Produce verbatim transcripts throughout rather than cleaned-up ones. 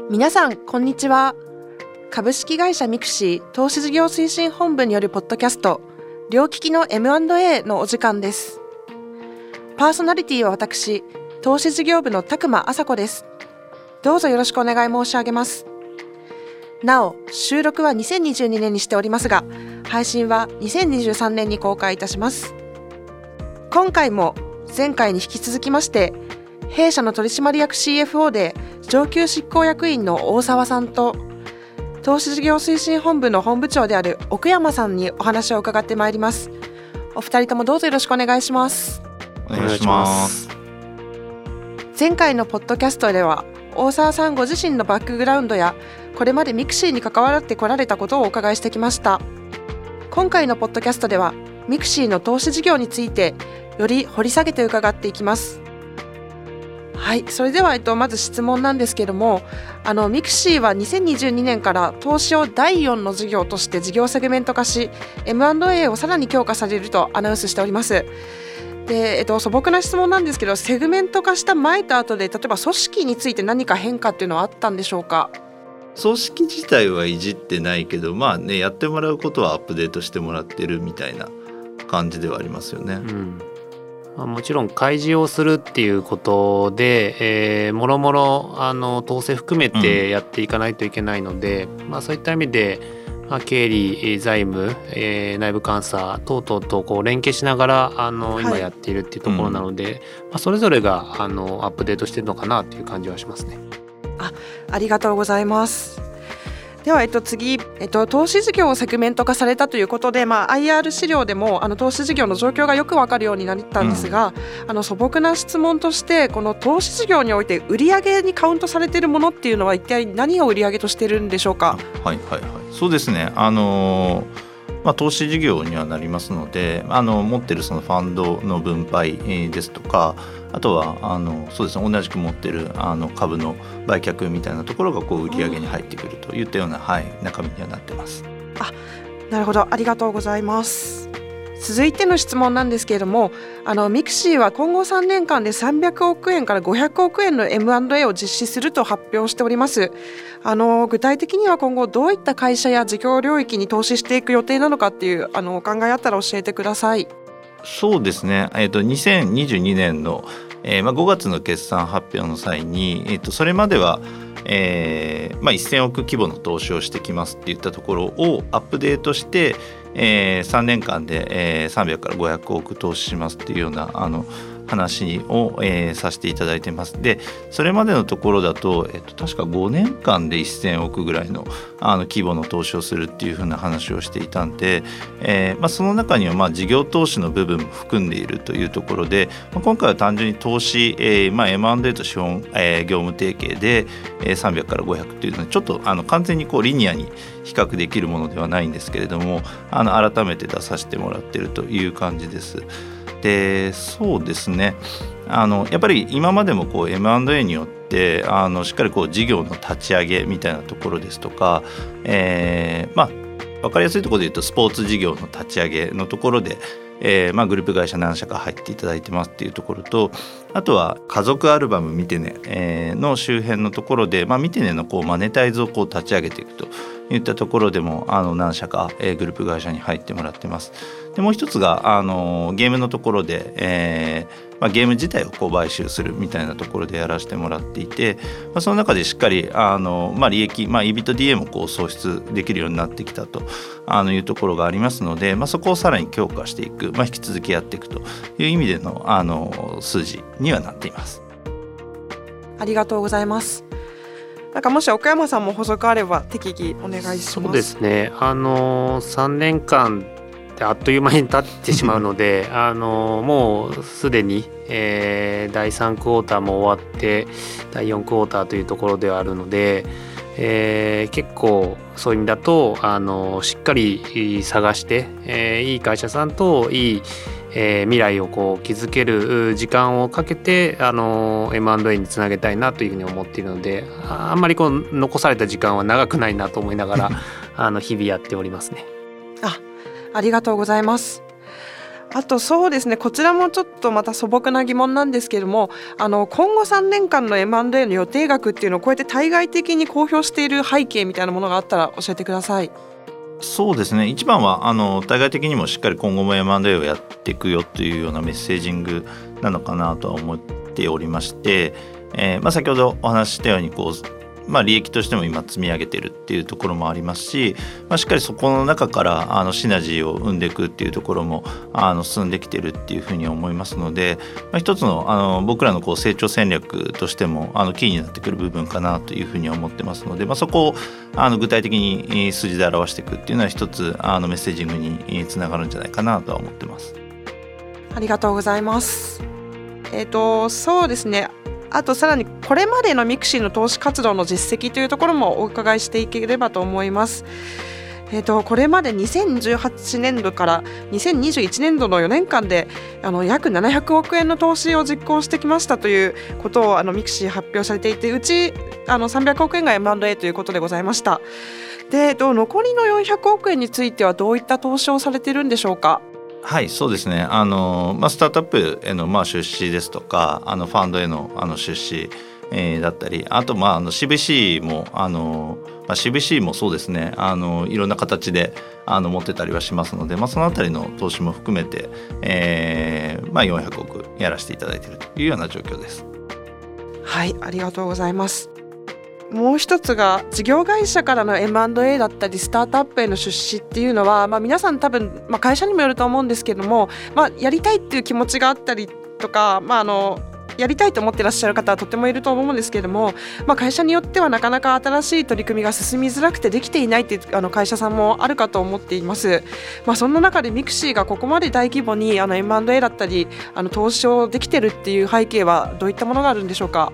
皆さんこんにちは。株式会社ミクシー投資事業推進本部によるポッドキャスト両利きの エムアンドエー のお時間です。パーソナリティは私、投資事業部の宅間麻子です。どうぞよろしくお願い申し上げます。なお、収録はにせんにじゅうにねんにしておりますが、配信はにせんにじゅうさんねんに公開いたします。今回も前回に引き続きまして、弊社の取締役 シーエフオー で上級執行役員の大沢さんと、投資事業推進本部の本部長である奥山さんにお話を伺ってまいります。お二人ともどうぞよろしくお願いします。 お願いします。 前回のポッドキャストでは、大沢さんご自身のバックグラウンドやこれまでミクシーに関わってこられたことをお伺いしてきました。今回のポッドキャストではミクシーの投資事業についてより掘り下げて伺っていきます。はい、それでは、えっと、まず質問なんですけども、あのミクシーはにせんにじゅうにねんから投資をだいよんの事業として事業セグメント化し エムアンドエー をさらに強化されるとアナウンスしております。で、えっと、素朴な質問なんですけど、セグメント化した前と後で例えば組織について何か変化っていうのはあったんでしょうか？ 組織自体はいじってないけど、まあね、やってもらうことはアップデートしてもらってるみたいな感じではありますよね。 うんまあ、もちろん開示をするっていうことで、えー、もろもろあの統制含めてやっていかないといけないので、うんまあ、そういった意味で、まあ、経理、財務、えー、内部監査等々とこう連携しながらあの、はい、今やっているっていうところなので、うんまあ、それぞれがあのアップデートしているのかなという感じはしますね。 あ、ありがとうございます。では、えっと、次、えっと、投資事業をセグメント化されたということで、まあ、アイアール 資料でもあの投資事業の状況がよく分かるようになったんですが、うん、あの素朴な質問としてこの投資事業において売上にカウントされているものっていうのは一体何を売上としているんでしょうか？ はいはいはい、そうですね、あのーまあ、投資事業にはなりますので、あの持ってるそのファンドの分配ですとか、あとはあのそうですね、同じく持ってるあの株の売却みたいなところがこう売り上げに入ってくるといったような、はい、中身にはなってます。 あ、なるほど、ありがとうございます。続いての質問なんですけれども、あのミクシーは今後さんねんかんでさんびゃくおくえんからごひゃくおくえんの エムアンドエー を実施すると発表しております。あの具体的には今後どういった会社や事業領域に投資していく予定なのかっていうあのお考えあったら教えてください。 そうですね、えーと、にせんにじゅうにねんの、えーまあ、ごがつの決算発表の際に、えーと、それまではえーまあ、せんおく規模の投資をしてきますっていったところをアップデートして、えー、さんねんかんで、えー、さんびゃくからごひゃくおく投資しますっていうようなあの話を、えー、させていただいてます。で、それまでのところだと、えっと、確かごねんかんでせんおくぐらいの、あの規模の投資をするっていうふうな話をしていたんで、えーまあ、その中にはまあ事業投資の部分も含んでいるというところで、まあ、今回は単純に投資、えーまあ、エムアンドエー と資本、えー、業務提携で、えー、さんびゃくからごひゃくというのでちょっとあの完全にこうリニアに比較できるものではないんですけれども、あの改めて出させてもらっているという感じです。で、そうですね、あのやっぱり今までもこう エムアンドエー によってあのしっかりこう事業の立ち上げみたいなところですとか、えー、まあ分かりやすいところで言うとスポーツ事業の立ち上げのところで、えーまあ、グループ会社何社か入っていただいてますっていうところと、あとは家族アルバムミテネ、えー、の周辺のところで、まあ、ミテネのこうマネタイズをこう立ち上げていくといったところでもあの何社か、えー、グループ会社に入ってもらってます。で、もう一つがあのゲームのところで、えーまあ、ゲーム自体をこう買収するみたいなところでやらせてもらっていて、まあ、その中でしっかりあの、まあ、利益、まあ、イービットディーエー もこう創出できるようになってきたとあのいうところがありますので、まあ、そこをさらに強化していく、まあ、引き続きやっていくという意味での、あの数字にはなっています。 ありがとうございます。なんかもし奥山さんも補足あれば適宜お願いします。 そうですね、あのさんねんかんであっという間に経ってしまうのであのもうすでに、えー、だいさんクォーターも終わってだいよんクォーターというところではあるので、えー、結構そういう意味だとあのしっかり探して、えー、いい会社さんといい、えー、未来をこう築ける時間をかけてあの エムアンドエー につなげたいなというふうに思っているので、あんまりこう残された時間は長くないなと思いながらあの日々やっておりますね。 あありがとうございます。 あとそうですね、こちらもちょっとまた素朴な疑問なんですけれども、あの今後さんねんかんの エムアンドエー の予定額っていうのをこうやって対外的に公表している背景みたいなものがあったら教えてください。 そうですね、一番はあの対外的にもしっかり今後も エムアンドエー をやっていくよというようなメッセージングなのかなとは思っておりまして、えーまあ、先ほどお話ししたようにこうまあ、利益としても今積み上げてるっていうところもありますし、まあ、しっかりそこの中からあのシナジーを生んでいくっていうところもあの進んできてるっていうふうに思いますので、まあ、一つの、あの僕らのこう成長戦略としてもあのキーになってくる部分かなというふうに思ってますので、まあ、そこをあの具体的に数字で表していくっていうのは一つあのメッセージングにつながるんじゃないかなとは思ってます。 ありがとうございます。えーと、そうですね、あとさらにこれまでのミクシーの投資活動の実績というところもお伺いしていければと思います。えーと、これまでにせんじゅうはちねんどからにせんにじゅういちねんどのよねんかんであの約ななひゃくおくえんの投資を実行してきましたということをあのミクシー発表されていて、うちあのさんびゃくおくえんが エムアンドエー ということでございました。で、えーと、残りのよんひゃくおくえんについてはどういった投資をされているんでしょうか。 はい、そうですね、あの、まあ、スタートアップへのまあ出資ですとかあのファンドへのあの出資、えー、だったり、あとまああの シーブイシー もあの、まあ、シーブイシー もそうですね、あのいろんな形であの持ってたりはしますので、まあ、そのあたりの投資も含めて、えーまあ、よんひゃくおくやらせていただいているというような状況です。 はい、ありがとうございます。もう一つが事業会社からの エムアンドエー だったりスタートアップへの出資っていうのは、まあ、皆さん多分、まあ、会社にもよると思うんですけども、まあ、やりたいっていう気持ちがあったりとか、まあ、あのやりたいと思ってらっしゃる方はとてもいると思うんですけれども、まあ、会社によってはなかなか新しい取り組みが進みづらくてできていないっていうあの会社さんもあるかと思っています。まあ、そんな中でミクシーがここまで大規模にあの エムアンドエー だったりあの投資をできてるっていう背景はどういったものがあるんでしょうか。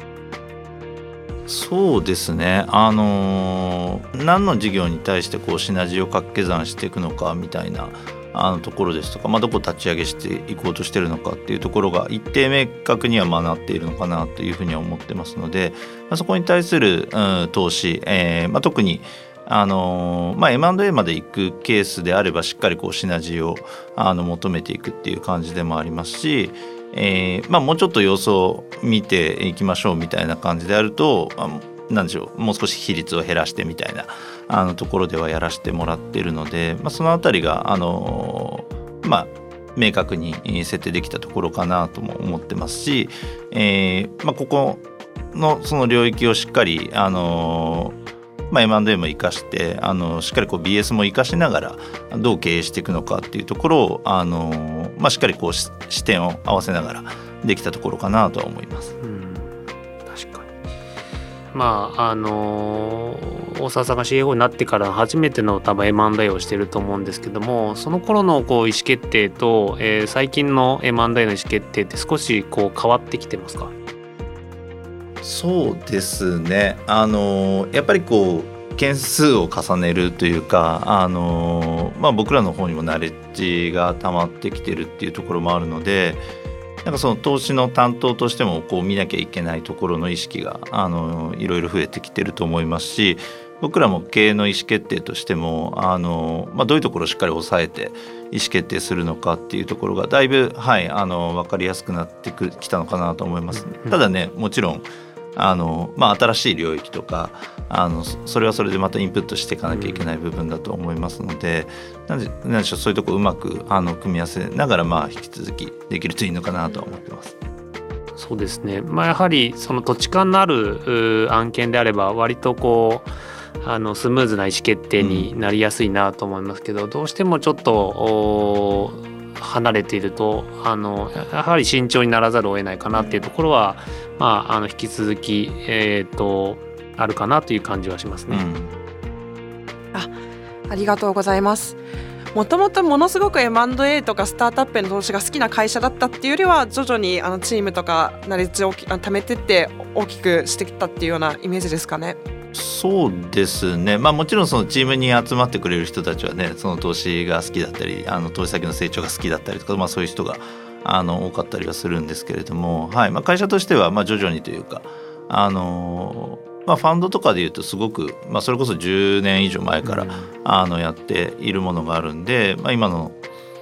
そうですね、あのー、何の事業に対してこうシナジーを掛け算していくのかみたいなあのところですとか、まあ、どこを立ち上げしていこうとしているのかっていうところが一定明確にはまあなっているのかなというふうには思ってますので、まあ、そこに対する、うん、投資、えーまあ、特にあのーまあ、エムアンドエー まで行くケースであればしっかりこうシナジーをあの求めていくっていう感じでもありますし、えーまあ、もうちょっと様子を見ていきましょうみたいな感じであると、あなんでしょう、もう少し比率を減らしてみたいなあのところではやらせてもらっているので、まあ、そのあたりが、あのーまあ、明確に設定できたところかなとも思ってますし、えーまあ、ここのその領域をしっかり、あのーまあ、エムアンドエー も生かしてあのしっかりこう ビーエス も生かしながらどう経営していくのかっていうところをあの、まあ、しっかりこう視点を合わせながらできたところかなとは思います。 うん、確かに、まああの大沢さんが シーエフオー になってから初めての多分 エムアンドエー をしてると思うんですけども、その頃のこう意思決定と、えー、最近の エムアンドエー の意思決定って少しこう変わってきてますか？ そうですね、あのやっぱりこう件数を重ねるというか、あの、まあ、僕らの方にもナレッジが溜まってきてるっていうところもあるので、なんかその投資の担当としてもこう見なきゃいけないところの意識があのいろいろ増えてきてると思いますし、僕らも経営の意思決定としてもあの、まあ、どういうところをしっかり抑えて意思決定するのかっていうところがだいぶ、はい、あの分かりやすくなってきたのかなと思います。ただね、もちろんあの、まあ、新しい領域とかあのそれはそれでまたインプットしていかなきゃいけない部分だと思いますので、なんでなんでしょう、そういうところをうまくあの組み合わせながら、まあ、引き続きできるといいのかなと思ってます。 そうですね、まあ、やはりその土地勘のある案件であれば割とこうあのスムーズな意思決定になりやすいなと思いますけど、うん、どうしてもちょっと離れているとあのやはり慎重にならざるを得ないかなっていうところは、まあ、あの引き続き、えー、とあるかなという感じはしますね。うん、 あ、ありがとうございます。もともとものすごく エムアンドエー とかスタートアップへの投資が好きな会社だったっていうよりは、徐々にあのチームとかナレッジを貯めてって大きくしてきたっていうようなイメージですかね。 そうですね、まあ、もちろんそのチームに集まってくれる人たちはね、その投資が好きだったりあの投資先の成長が好きだったりとか、まあ、そういう人があの多かったりはするんですけれども、はい、まあ、会社としてはまあ徐々にというかあのまあ、ファンドとかでいうとすごく、まあ、それこそじゅうねん以上前から、うん、あのやっているものがあるんで、まあ、今の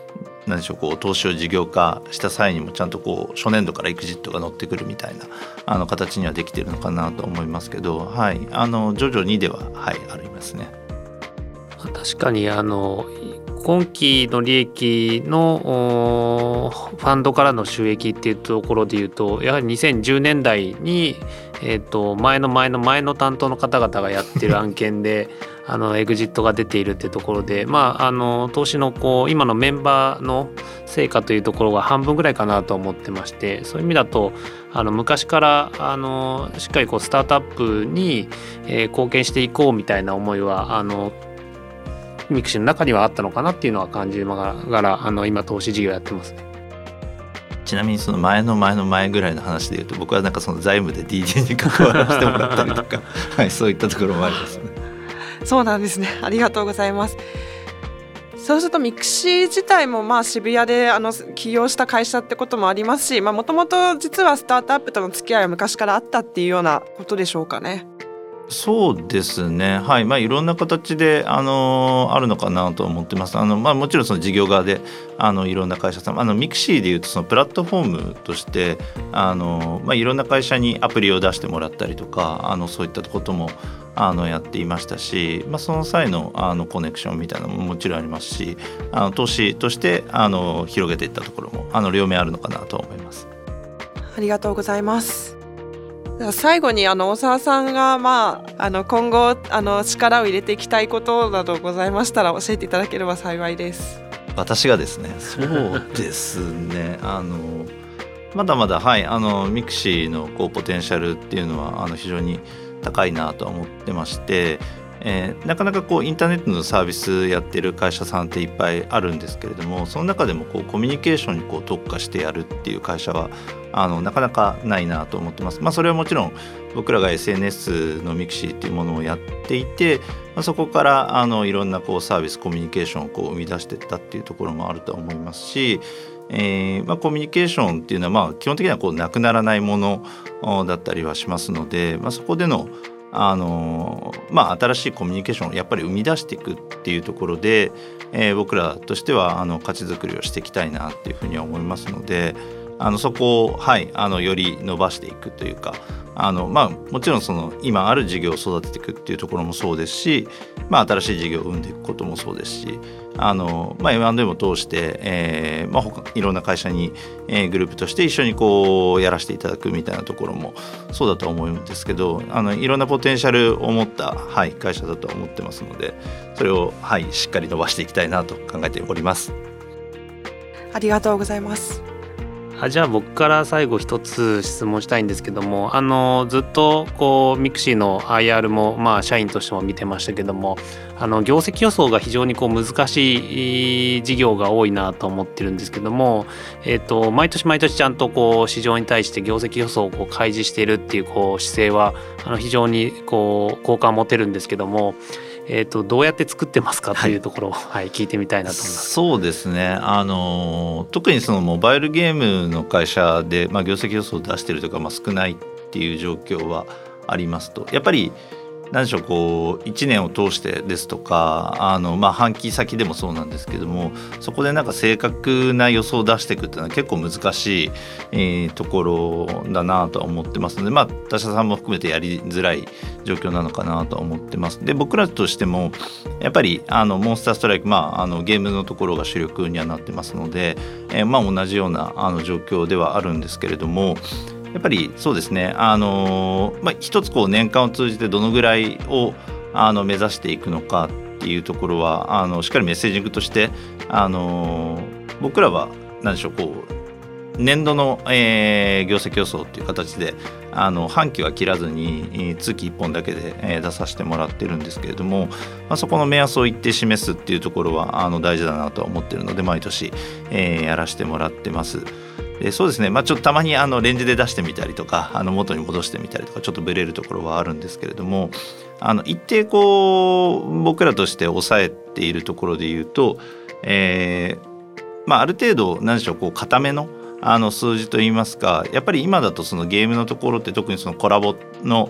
何でしょうこう投資を事業化した際にもちゃんとこう初年度からエグジットが乗ってくるみたいなあの形にはできているのかなと思いますけど、はい、あの徐々にでは、はい、ありますね。 確かにあの今期の利益のファンドからの収益っていうところでいうとやはりにせんじゅうねんだいに、えー、と前の前の前の担当の方々がやってる案件であのエグジットが出ているっていうところで、まあ、あの投資のこう今のメンバーの成果というところが半分ぐらいかなと思ってまして、そういう意味だとあの昔からあのしっかりこうスタートアップに、えー、貢献していこうみたいな思いはあのミクシーの中にはあったのかなっていうのは感じながらあの今投資事業やってますね。 ちなみにその前の前の前ぐらいの話でいうと僕はなんかその財務で ディーディー に関わらせてもらったりとか、はい、そういったところもありますね。 そうなんですね。ありがとうございます。そうするとミクシー自体もまあ渋谷であの起業した会社ってこともありますし、もともと実はスタートアップとの付き合いは昔からあったっていうようなことでしょうかね。 そうですね、はい、まあ、いろんな形で、あのー、あるのかなと思ってます。あの、まあ、もちろんその事業側であのいろんな会社さん、あのミクシーでいうとそのプラットフォームとしてあの、まあ、いろんな会社にアプリを出してもらったりとかあのそういったこともあのやっていましたし、まあ、その際のあのコネクションみたいなのももちろんありますし、あの投資としてあの広げていったところもあの両面あるのかなと思います。 ありがとうございます。最後にあの大沢さんが、まあ、あの今後あの力を入れていきたいことなどございましたら教えていただければ幸いです。 私がですね、そうですねあのまだまだ、はい、あのミクシーのこうポテンシャルっていうのはあの非常に高いなと思ってまして、えー、なかなかこうインターネットのサービスやってる会社さんっていっぱいあるんですけれども、その中でもこうコミュニケーションにこう特化してやるっていう会社はあのなかなかないなと思ってます。まあ、それはもちろん僕らが エスエヌエス のミクシーっていうものをやっていて、まあ、そこからあのいろんなこうサービスコミュニケーションをこう生み出していったっていうところもあると思いますし、えーまあ、コミュニケーションっていうのはまあ基本的にはこうなくならないものだったりはしますので、まあ、そこでのあのまあ、新しいコミュニケーションをやっぱり生み出していくっていうところで、えー、僕らとしてはあの価値づくりをしていきたいなっていうふうには思いますので、あのそこを、はい、あのより伸ばしていくというか、あの、まあ、もちろんその今ある事業を育てていくっていうところもそうですし、まあ、新しい事業を生んでいくこともそうですし、あの、まあ、エムアンドエー も通して、えーまあ、他いろんな会社に、えー、グループとして一緒にこうやらせていただくみたいなところもそうだと思うんですけど、あのいろんなポテンシャルを持った、はい、会社だと思ってますので、それを、はい、しっかり伸ばしていきたいなと考えております。 ありがとうございます。 あじゃあ僕から最後一つ質問したいんですけども、あのずっとこうミクシーの アイアール もまあ社員としても見てましたけども、あの業績予想が非常にこう難しい事業が多いなと思ってるんですけども、えーと毎年毎年ちゃんとこう市場に対して業績予想をこう開示しているっていうこう姿勢はあの非常にこう好感を持てるんですけども、えー、とどうやって作ってますかというところを、はいはい、聞いてみたいなと思います。 そうですね、あの特にそのモバイルゲームの会社で、まあ、業績予想を出しているとか、まあ、少ないっていう状況はありますと、やっぱり何でしょう、こういちねんを通してですとか、あの、まあ、半期先でもそうなんですけども、そこでなんか正確な予想を出していくっていうのは結構難しい、えー、ところだなと思ってますので、まあ、他社さんも含めてやりづらい状況なのかなと思ってます。で、僕らとしてもやっぱりあのモンスターストライク、まあ、あのゲームのところが主力にはなってますので、えーまあ、同じようなあの状況ではあるんですけれども、やっぱりそうですね、あのまあ、一つこう年間を通じてどのぐらいをあの目指していくのかっていうところはあのしっかりメッセージングとしてあの僕らは何でしょう、こう年度の、えー、業績予想っていう形であの半期は切らずに月いっぽんだけで、えー、出させてもらってるんですけれども、まあ、そこの目安を一定示すっていうところはあの大事だなと思ってるので毎年、えー、やらせてもらってます。でそうですね、まあ、ちょっとたまにあのレンジで出してみたりとかあの元に戻してみたりとかちょっとブレるところはあるんですけれども、あの一定こう僕らとして抑えているところで言うと、えーまあ、ある程度何でしょう、こう固めのあの数字といいますか、やっぱり今だとそのゲームのところって特にそのコラボの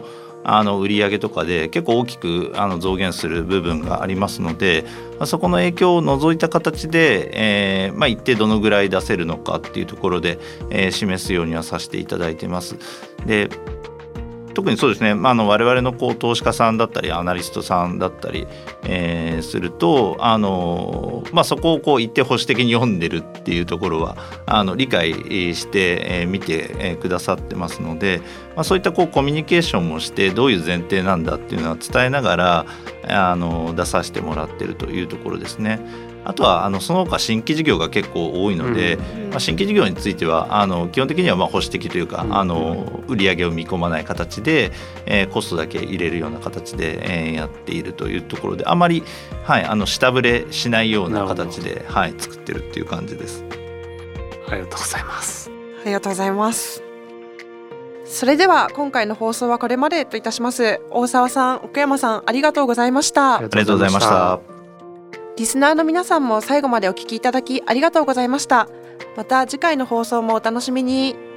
あの売上とかで結構大きくあの増減する部分がありますので、まあ、そこの影響を除いた形で、えーまあ、一定どのぐらい出せるのかっていうところで、えー、示すようにはさせていただいてます。で特にそうですね、まあ、あの我々のこう投資家さんだったりアナリストさんだったり、えー、するとあの、まあ、そこをこう一定保守的に読んでるっていうところはあの理解して、えー、見て、えー、くださってますので、まあ、そういったこうコミュニケーションもしてどういう前提なんだっていうのは伝えながらあの出させてもらってるというところですね。あとはあのその他新規事業が結構多いので、うんまあ、新規事業についてはあの基本的にはまあ保守的というか、うん、あの売上を見込まない形で、えー、コストだけ入れるような形で、えー、やっているというところであまり、はい、あの下振れしないような形で、はい、作ってるっていう感じです。 ありがとうございます。 ありがとうございます。それでは今回の放送はこれまでといたします。大沢さん、奥山さん、ありがとうございました。 ありがとうございました。 リスナーの皆さんも最後までお聞きいただきありがとうございました。また次回の放送もお楽しみに。